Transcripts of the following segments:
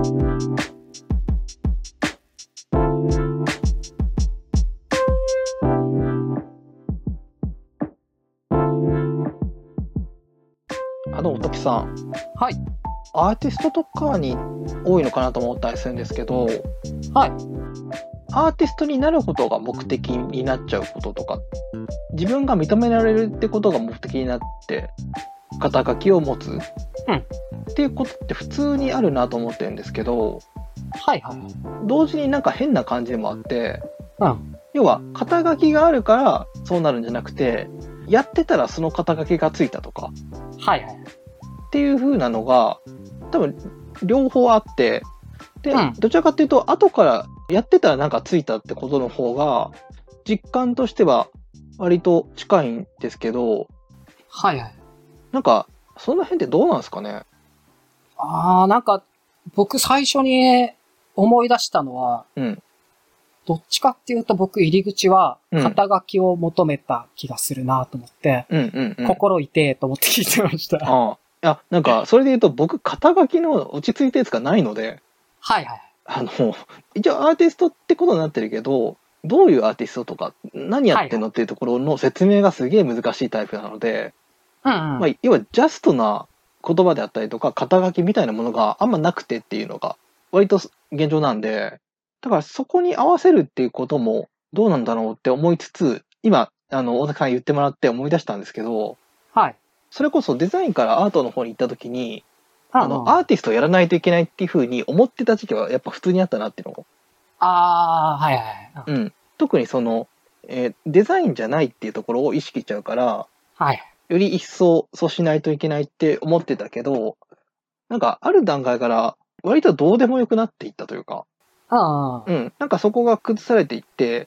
おときさん、 はい。 アーティストとかに多いのかなと思ったりするんですけど、 はい。 アーティストになることが目的になっちゃうこととか、自分が認められるってことが目的になって肩書きを持つ、っていうことって普通にあるなと思ってるんですけど、 はいはい。 同時になんか変な感じでもあって、 うん。 要は肩書きがあるからそうなるんじゃなくて、やってたらその肩書きがついたとかはいはい。 っていう風なのが多分両方あって、で、 うんどちらかっていうと後からやってたらなんかついたってことの方が実感としては割と近いんですけど、 はいはい。 なんかその辺ってどうなんですかね。 なんか、僕最初に思い出したのは、 うん。 どっちかっていうと僕入り口はうん肩書きを求めた気がするなと思って、心痛えと思って聞いてました。 ああ。いや、なんかそれで言うと僕肩書きの落ち着いたやつがないので、 はいはい。 一応アーティストってことになってるけど、どういうアーティストとか何やってんのっていうところの説明がすげえ難しいタイプなので、 うんうん。 まあ、要はジャストな言葉であったりとか肩書きみたいなものがあんまなくてっていうのが割と現状なんで、だからそこに合わせるっていうこともどうなんだろうって思いつつ、今大竹さん言ってもらって思い出したんですけど、 はい。 それこそデザインからアートの方に行った時に、 アアーティストをやらないといけないっていう風に思ってた時期はやっぱ普通にあったなっていうのを。 はいはい。 うん。特にデザインじゃないっていうところを意識しちゃうから、 はい。 より一層そうしないといけないって思ってたけど、なんかある段階から割とどうでもよくなっていったというか、なんかそこが崩されていって、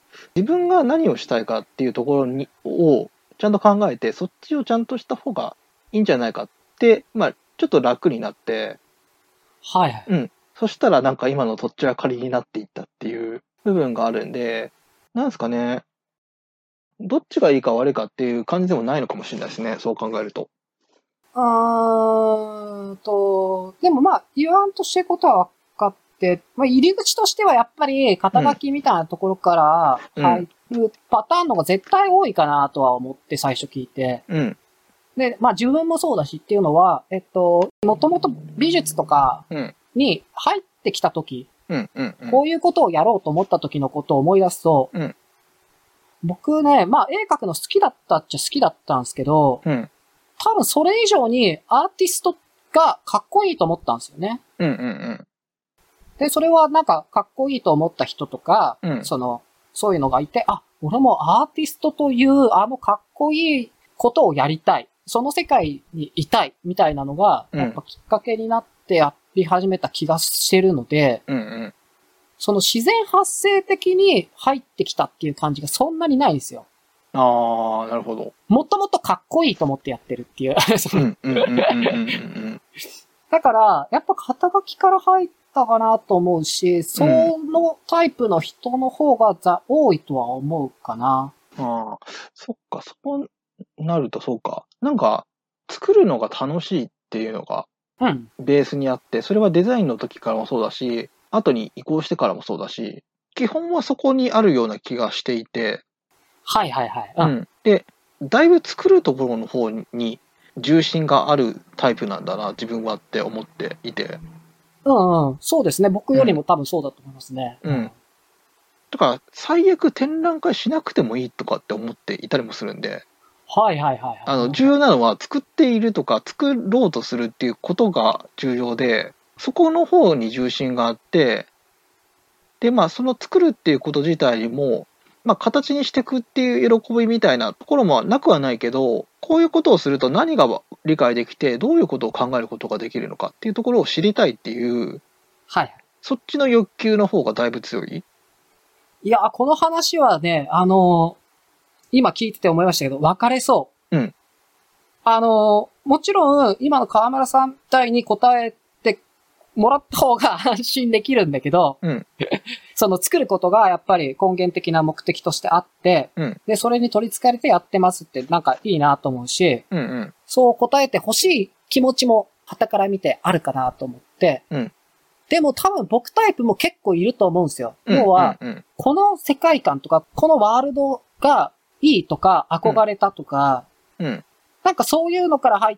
自分が何をしたいかっていうところをちゃんと考えて、そっちをちゃんとした方がいいんじゃないかって、まあちょっと楽になって、 はいはい。 そしたらなんか今のとっちらかりになっていったっていう部分があるんで、なんですかね、どっちがいいか悪いかっていう感じでもないのかもしれないですね、そう考えると。 でもまあ、言わんとしてることは分かって、まあ、入り口としてはやっぱり肩書きみたいなところから入るパターンの方が絶対多いかなとは思って最初聞いて。で、まあ自分もそうだしっていうのは、もともと美術とかに入ってきた時、こういうことをやろうと思った時のことを思い出すと、僕ね、まあ絵描くの好きだったっちゃ好きだったんですけど、多分それ以上にアーティストがかっこいいと思ったんですよね。で、それはなんかかっこいいと思った人とか、そういうのがいて、俺もアーティストというかっこいいことをやりたい。その世界にいたいみたいなのが、やっぱきっかけになってやり始めた気がしてるので、その自然発生的に入ってきたっていう感じがそんなにないんですよ。 ああ、なるほど。 もともとかっこいいと思ってやってるっていう。だから、やっぱ肩書きから入ったかなと思うし、そのタイプの人の方が多いとは思うかな。 ああ、そっか、そうなるとそうか。なんか、作るのが楽しいっていうのが、ベースにあって、それはデザインの時からもそうだし、後に移行してからもそうだし、基本はそこにあるような気がしていて、で、だいぶ作るところの方に重心があるタイプなんだな、自分はって思っていて。 そうですね。僕よりも多分そうだと思いますね。 だから、最悪展覧会しなくてもいいとかって思っていたりもするんで。重要なのは作っているとか作ろうとするっていうことが重要で、そこの方に重心があって、で、まあ、その作るっていうこと自体も、まあ、形にしていくっていう喜びみたいなところもなくはないけど、こういうことをすると何が理解できて、どういうことを考えることができるのかっていうところを知りたいっていう、そっちの欲求の方がだいぶ強い。 いや、この話はね、今聞いてて思いましたけど、分かれそう。もちろん、今の河村さんみたいに答えてもらった方が安心できるんだけど、その作ることがやっぱり根源的な目的としてあって、で、それに取り憑かれてやってますってなんかいいなと思うし、そう答えてほしい気持ちも傍から見てあるかなと思って、 でも多分僕タイプも結構いると思うんですよ。要は、この世界観とか、このワールドがいいとか、憧れたとか、なんかそういうのから入って、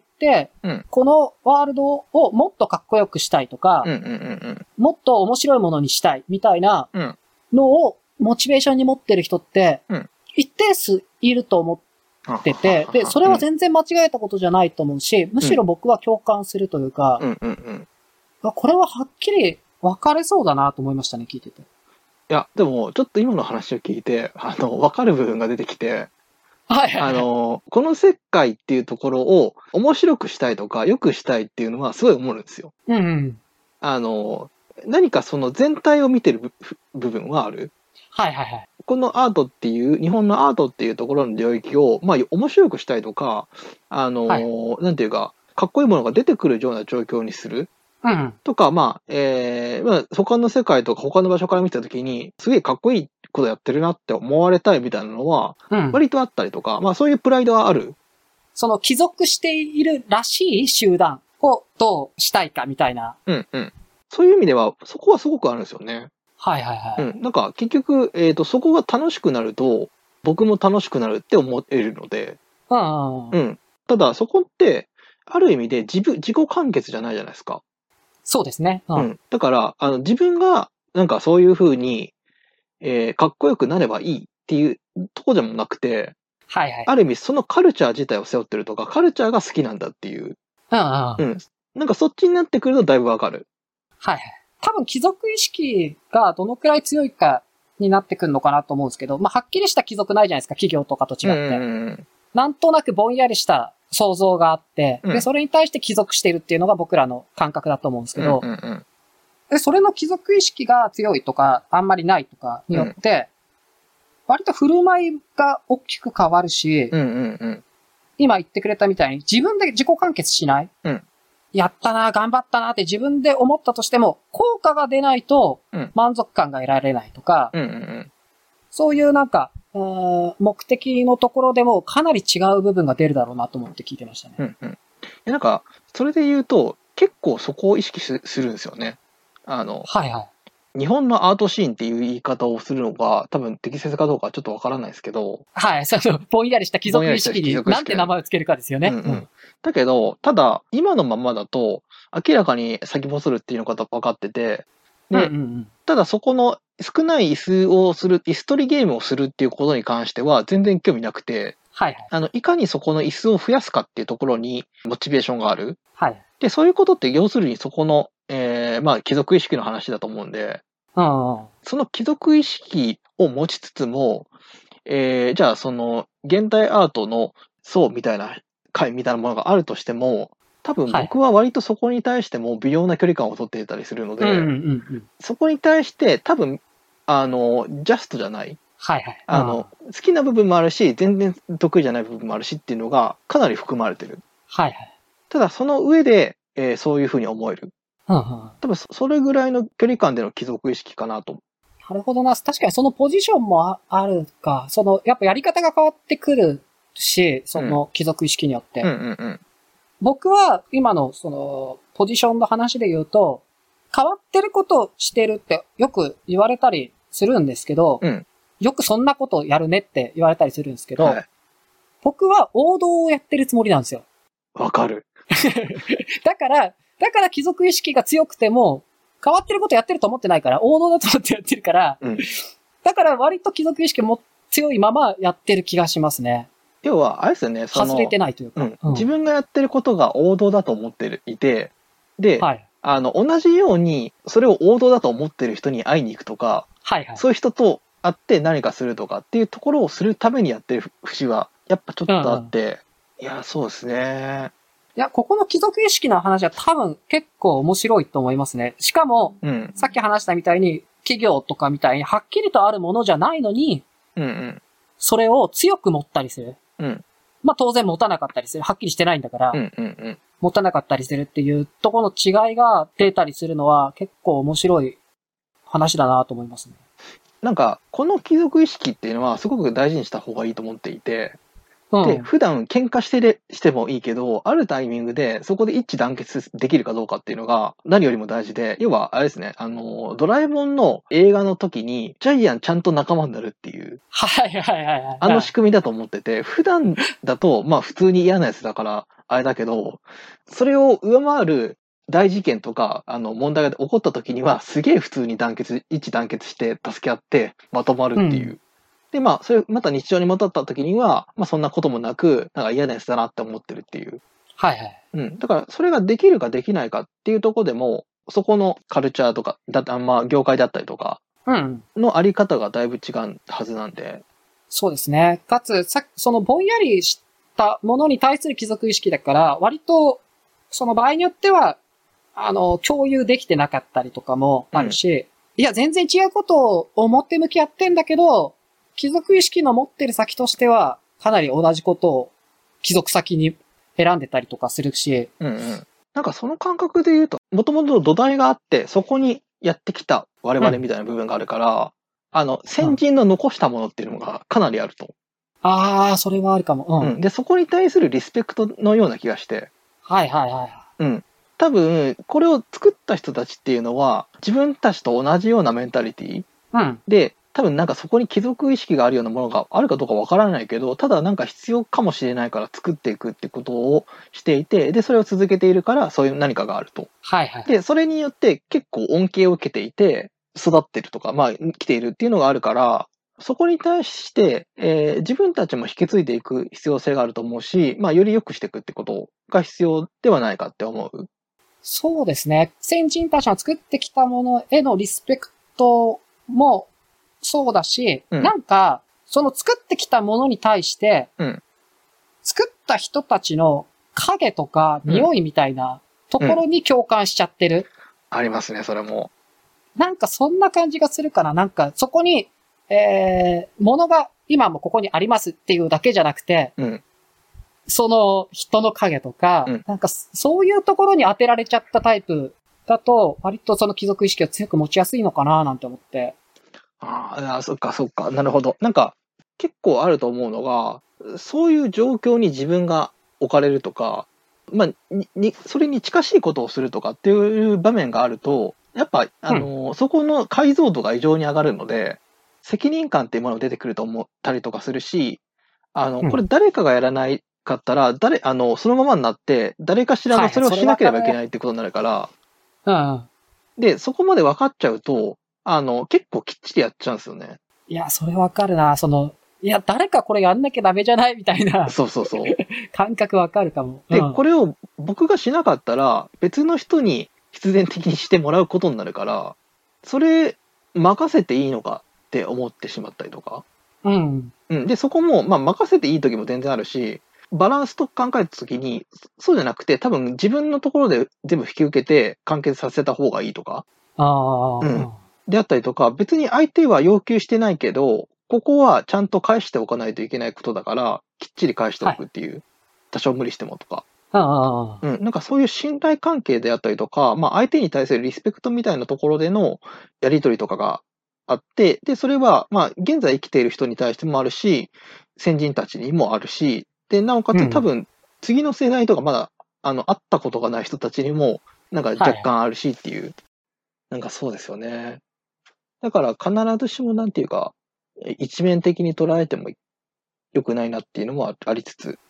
このワールドをもっとかっこよくしたいとか、もっと面白いものにしたいみたいなのをモチベーションに持ってる人って、一定数いると思ってて、で、それは全然間違えたことじゃないと思うし、むしろ僕は共感するというか、これははっきり分かれそうだなと思いましたね、聞いてて。いや、でも、ちょっと今の話を聞いて、分かる部分が出てきて、この世界っていうところを面白くしたいとか、良くしたいっていうのはすごい思うんですよ。何かその全体を見てる部分はある。このアートっていう、日本のアートっていうところの領域を、まあ、面白くしたいとか、なんていうか、かっこいいものが出てくるような状況にする。とか、まあ、他の世界とか他の場所から見たときに、すげえかっこいいことやってるなって思われたいみたいなのは、割とあったりとか、まあそういうプライドはある。 その帰属しているらしい集団をどうしたいかみたいな。 そういう意味では、そこはすごくあるんですよね。なんか結局、そこが楽しくなると、僕も楽しくなるって思えるので、ただそこって、ある意味で自己完結じゃないじゃないですか。 そうですね。 だから、自分が、なんかそういう風に、かっこよくなればいいっていうとこじゃなくて、ある意味そのカルチャー自体を背負ってるとか、カルチャーが好きなんだっていう。なんかそっちになってくるとだいぶわかる。 多分貴族意識がどのくらい強いかになってくるのかなと思うんですけど、まあ、はっきりした貴族ないじゃないですか、企業とかと違って。なんとなくぼんやりした想像があって、で、それに対して帰属しているっていうのが僕らの感覚だと思うんですけど、で、それの帰属意識が強いとか、あんまりないとかによって、割と振る舞いが大きく変わるし、今言ってくれたみたいに自分で自己完結しない、やったな、頑張ったなって自分で思ったとしても、効果が出ないと満足感が得られないとか、そういうなんか、目的のところでもかなり違う部分が出るだろうなと思って聞いてましたね。 なんか、それで言うと、結構そこを意識するんですよね。日本のアートシーンっていう言い方をするのが多分適切かどうかはちょっとわからないですけど。 ぼんやりした貴族意識になんて名前をつけるかですよね。 だけど、ただ、今のままだと、明らかに先細るっていうのが分かってて、で、ただそこの少ない椅子をする、椅子取りゲームをするっていうことに関しては全然興味なくて、いかにそこの椅子を増やすかっていうところにモチベーションがある。で、そういうことって要するにそこの、まあ、貴族意識の話だと思うんで、その貴族意識を持ちつつも、じゃあその現代アートの層みたいな会みたいなものがあるとしても、多分僕は割とそこに対しても微妙な距離感を取っていたりするので、そこに対して多分、ジャストじゃない。好きな部分もあるし、全然得意じゃない部分もあるしっていうのがかなり含まれてる。ただその上で、そういうふうに思える。多分それぐらいの距離感での貴族意識かなと。 なるほどな。確かにそのポジションもあるか。やっぱやり方が変わってくるし、その貴族意識によって。僕は今のそのポジションの話で言うと、変わってることをしてるってよく言われたりするんですけど、よくそんなことやるねって言われたりするんですけど、僕は王道をやってるつもりなんですよ。 わかる。 だから貴族意識が強くても、変わってることやってると思ってないから、王道だと思ってやってるから、だから割と貴族意識も強いままやってる気がしますね。 要は、あれですよね、 外れてないというか、 自分がやってることが王道だと思っていて、で、同じように、それを王道だと思ってる人に会いに行くとか、そういう人と会って何かするとかっていうところをするためにやってる節は、やっぱちょっとあって、いや、そうですね。 いや、ここの貴族意識の話は多分結構面白いと思いますね。しかも、さっき話したみたいに、企業とかみたいにはっきりとあるものじゃないのに、それを強く持ったりする。まあ当然持たなかったりする。はっきりしてないんだから、持たなかったりするっていうところの違いが出たりするのは結構面白い話だなと思いますね。 なんか、この貴族意識っていうのはすごく大事にした方がいいと思っていて、 で、普段喧嘩してもいいけど、あるタイミングでそこで一致団結できるかどうかっていうのが何よりも大事で、要はあれですね、ドラえもんの映画の時にジャイアンちゃんと仲間になるっていう、 はいはいはいはい。 あの仕組みだと思ってて、普段だと、まあ普通に嫌なやつだから、あれだけど、それを上回る大事件とか、問題が起こった時には、すげえ普通に一致団結して助け合ってまとまるっていう。で、まあ、それ、また日常に戻った時には、まあそんなこともなく、なんか嫌なやつだなって思ってるっていう。 はいはい。 うん。だから、それができるかできないかっていうところでも、そこのカルチャーとか、まあ、業界だったりとか、のあり方がだいぶ違うはずなんで。 そうですね。かつ、そのぼんやりしたものに対する貴族意識だから、割と、その場合によっては、共有できてなかったりとかもあるし、いや、全然違うことを表向きやってんだけど、貴族意識の持ってる先としては、かなり同じことを貴族先に選んでたりとかするし。 なんかその感覚で言うと、もともと土台があって、そこにやってきた我々みたいな部分があるから、先人の残したものっていうのがかなりあると。 ああ、それはあるかも。 で、そこに対するリスペクトのような気がして。 はいはいはい。 多分、これを作った人たちっていうのは、自分たちと同じようなメンタリティ、で、多分なんかそこに貴族意識があるようなものがあるかどうかわからないけど、ただなんか必要かもしれないから作っていくってことをしていて、で、それを続けているからそういう何かがあると。 はいはい。 で、それによって結構恩恵を受けていて、育ってるとか、まあ、来ているっていうのがあるから、そこに対して、自分たちも引き継いでいく必要性があると思うし、まあ、より良くしていくってことが必要ではないかって思う。 そうですね。先人たちが作ってきたものへのリスペクトもそうだし、なんか、その作ってきたものに対して、作った人たちの影とか匂いみたいなところに共感しちゃってる。 ありますね、それも。 なんかそんな感じがするかな。なんかそこに、物が今もここにありますっていうだけじゃなくて、その人の影とか、なんかそういうところに当てられちゃったタイプだと、割とその貴族意識を強く持ちやすいのかななんて思って。 ああ、そっかそっか。なるほど。なんか結構あると思うのが、そういう状況に自分が置かれるとか、まあ、それに近しいことをするとかっていう場面があると、やっぱ、そこの解像度が異常に上がるので、責任感っていうものが出てくると思ったりとかするし、これ誰かがやらないかったら、そのままになって、誰かしらがそれをしなければいけないってことになるから、で、そこまで分かっちゃうと、結構きっちりやっちゃうんですよね。 いや、それ分かるな。いや、誰かこれやんなきゃダメじゃないみたいな。 そうそうそう。 感覚分かるかも。 で、これを僕がしなかったら、別の人に必然的にしてもらうことになるから、それ、任せていいのかって思ってしまったりとか。で、そこも、まあ、任せていい時も全然あるし、バランスと考えた時に、そうじゃなくて、多分自分のところで全部引き受けて完結させた方がいいとか。であったりとか、別に相手は要求してないけど、ここはちゃんと返しておかないといけないことだから、きっちり返しておくっていう。多少無理してもとか。なんかそういう信頼関係であったりとか、まあ相手に対するリスペクトみたいなところでのやりとりとかがあって、で、それは、まあ現在生きている人に対してもあるし、先人たちにもあるし、で、なおかつ多分、次の世代とかまだ、会ったことがない人たちにも、なんか若干あるしっていう。なんかそうですよね。だから必ずしもなんていうか、一面的に捉えても良くないなっていうのもありつつ。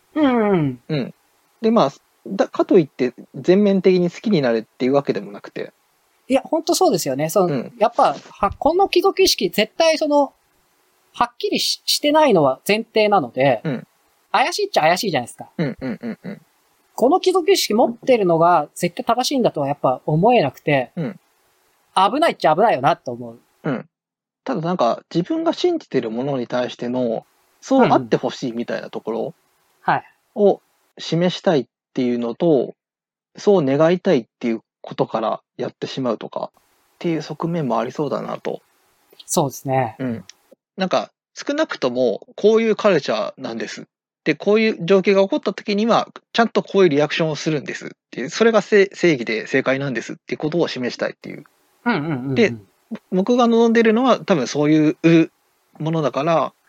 で、まあ、かといって全面的に好きになれっていうわけでもなくて。 いや、本当そうですよね。やっぱ、この貴族意識、絶対はっきりしてないのは前提なので、怪しいっちゃ怪しいじゃないですか。この貴族意識持ってるのが絶対正しいんだとはやっぱ思えなくて、危ないっちゃ危ないよなと思う。 ただなんか自分が信じてるものに対しての、そうあってほしいみたいなところを示したいっていうのと、そう願いたいっていうことからやってしまうとかっていう側面もありそうだなと。 そうですね。 なんか少なくともこういうカルチャーなんです。で、こういう状況が起こった時には、ちゃんとこういうリアクションをするんですっていう、それが正義で正解なんですっていうことを示したいっていう。で、僕が望んでるのは多分そういうものだから、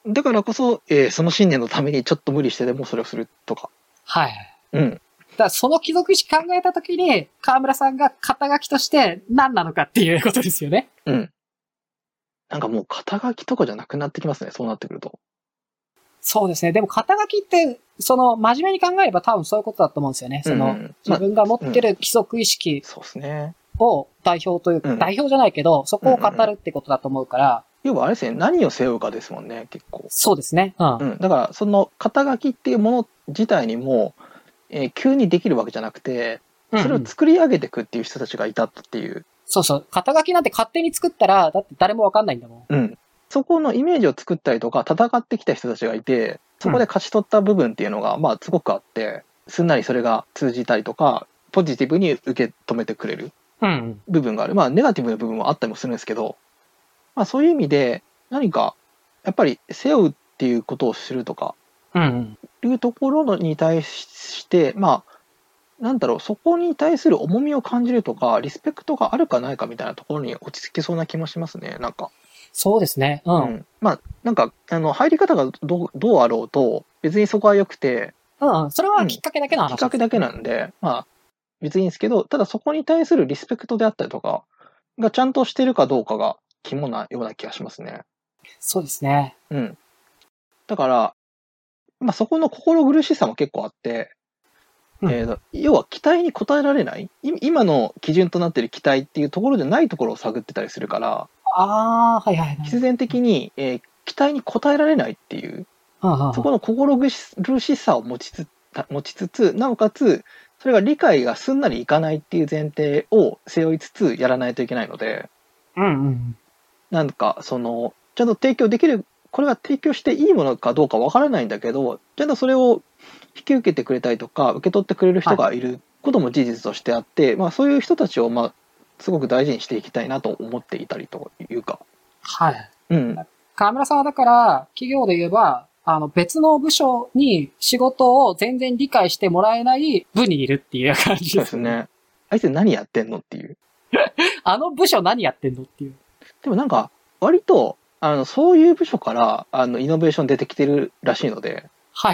だからこそ、その信念のためにちょっと無理してでもそれをするとか。 はい。 うん。 だからその貴族意識考えたときに、河村さんが肩書きとして何なのかっていうことですよね。 うん。なんかもう肩書きとかじゃなくなってきますね、そうなってくると。 そうですね。でも肩書きって、真面目に考えれば多分そういうことだと思うんですよね。自分が持ってる貴族意識そうですね。 を代表というか、代表じゃないけど、そこを語るってことだと思うから。 要はあれですね、何を背負うかですもんね、結構。 そうですね。 だから、その肩書きっていうもの自体にも、急にできるわけじゃなくて、それを作り上げていくっていう人たちがいたっていう。 そうそう。肩書きなんて勝手に作ったら、だって誰もわかんないんだもん。そこのイメージを作ったりとか、戦ってきた人たちがいて、そこで勝ち取った部分っていうのが、まあ、すごくあって、すんなりそれが通じたりとか、ポジティブに受け止めてくれる部分がある。まあ、ネガティブな部分もあったりもするんですけど、まあ、そういう意味で、何か、やっぱり背負うっていうことをするとか、いうところに対して、まあ、なんだろう、そこに対する重みを感じるとか、リスペクトがあるかないかみたいなところに落ち着きそうな気もしますね、なんか。 そうですね。 まあ、なんか、入り方がどうあろうと、別にそこは良くて。 それはきっかけだけの話、 きっかけだけなんで、まあ、別にいいんですけど、ただそこに対するリスペクトであったりとか、がちゃんとしてるかどうかが肝なような気がしますね。 そうですね。 だから、まあそこの心苦しさも結構あって、要は期待に応えられない、今の基準となっている期待っていうところじゃないところを探ってたりするから、必然的に、期待に応えられないっていう、そこの心苦しさを持ちつつ、なおかつ、それが理解がすんなりいかないっていう前提を背負いつつやらないといけないので、なんか、ちゃんと提供できる、これが提供していいものかどうかわからないんだけど、ちゃんとそれを引き受けてくれたりとか、受け取ってくれる人がいることも事実としてあって、まあそういう人たちを、まあ、すごく大事にしていきたいなと思っていたりというか。 はい。河村さんはだから、企業で言えば、別の部署に仕事を全然理解してもらえない部にいるっていう感じですね。そうですね。 あいつ何やってんのっていう。 あの部署何やってんのっていう。 でもなんか、割と、そういう部署から、イノベーション出てきてるらしいので。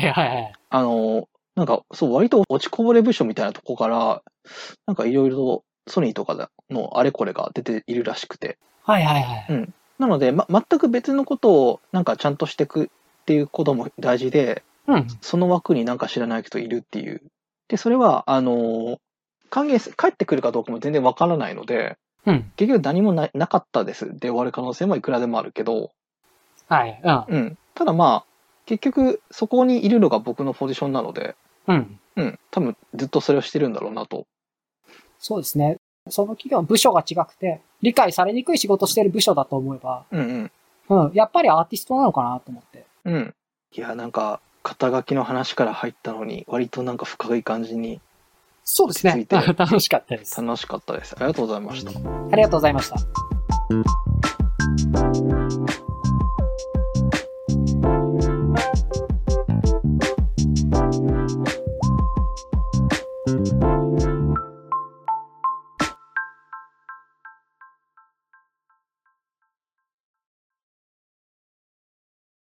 なんか、そう、割と落ちこぼれ部署みたいなとこから、なんかいろいろとソニーとかのあれこれが出ているらしくて。なので、全く別のことをなんかちゃんとしていくっていうことも大事で、その枠になんか知らない人いるっていう。で、それは、帰ってくるかどうかも全然わからないので、結局何もなかったですで終わる可能性もいくらでもあるけど、ただまあ、結局そこにいるのが僕のポジションなので、多分ずっとそれをしてるんだろうなと。 そうですね。その企業の部署が違くて、理解されにくい仕事してる部署だと思えば、やっぱりアーティストなのかなと思って。 いや、なんか、肩書きの話から入ったのに、割となんか深い感じに。 そうですね。楽しかったです。 楽しかったです。ありがとうございました。 ありがとうございました。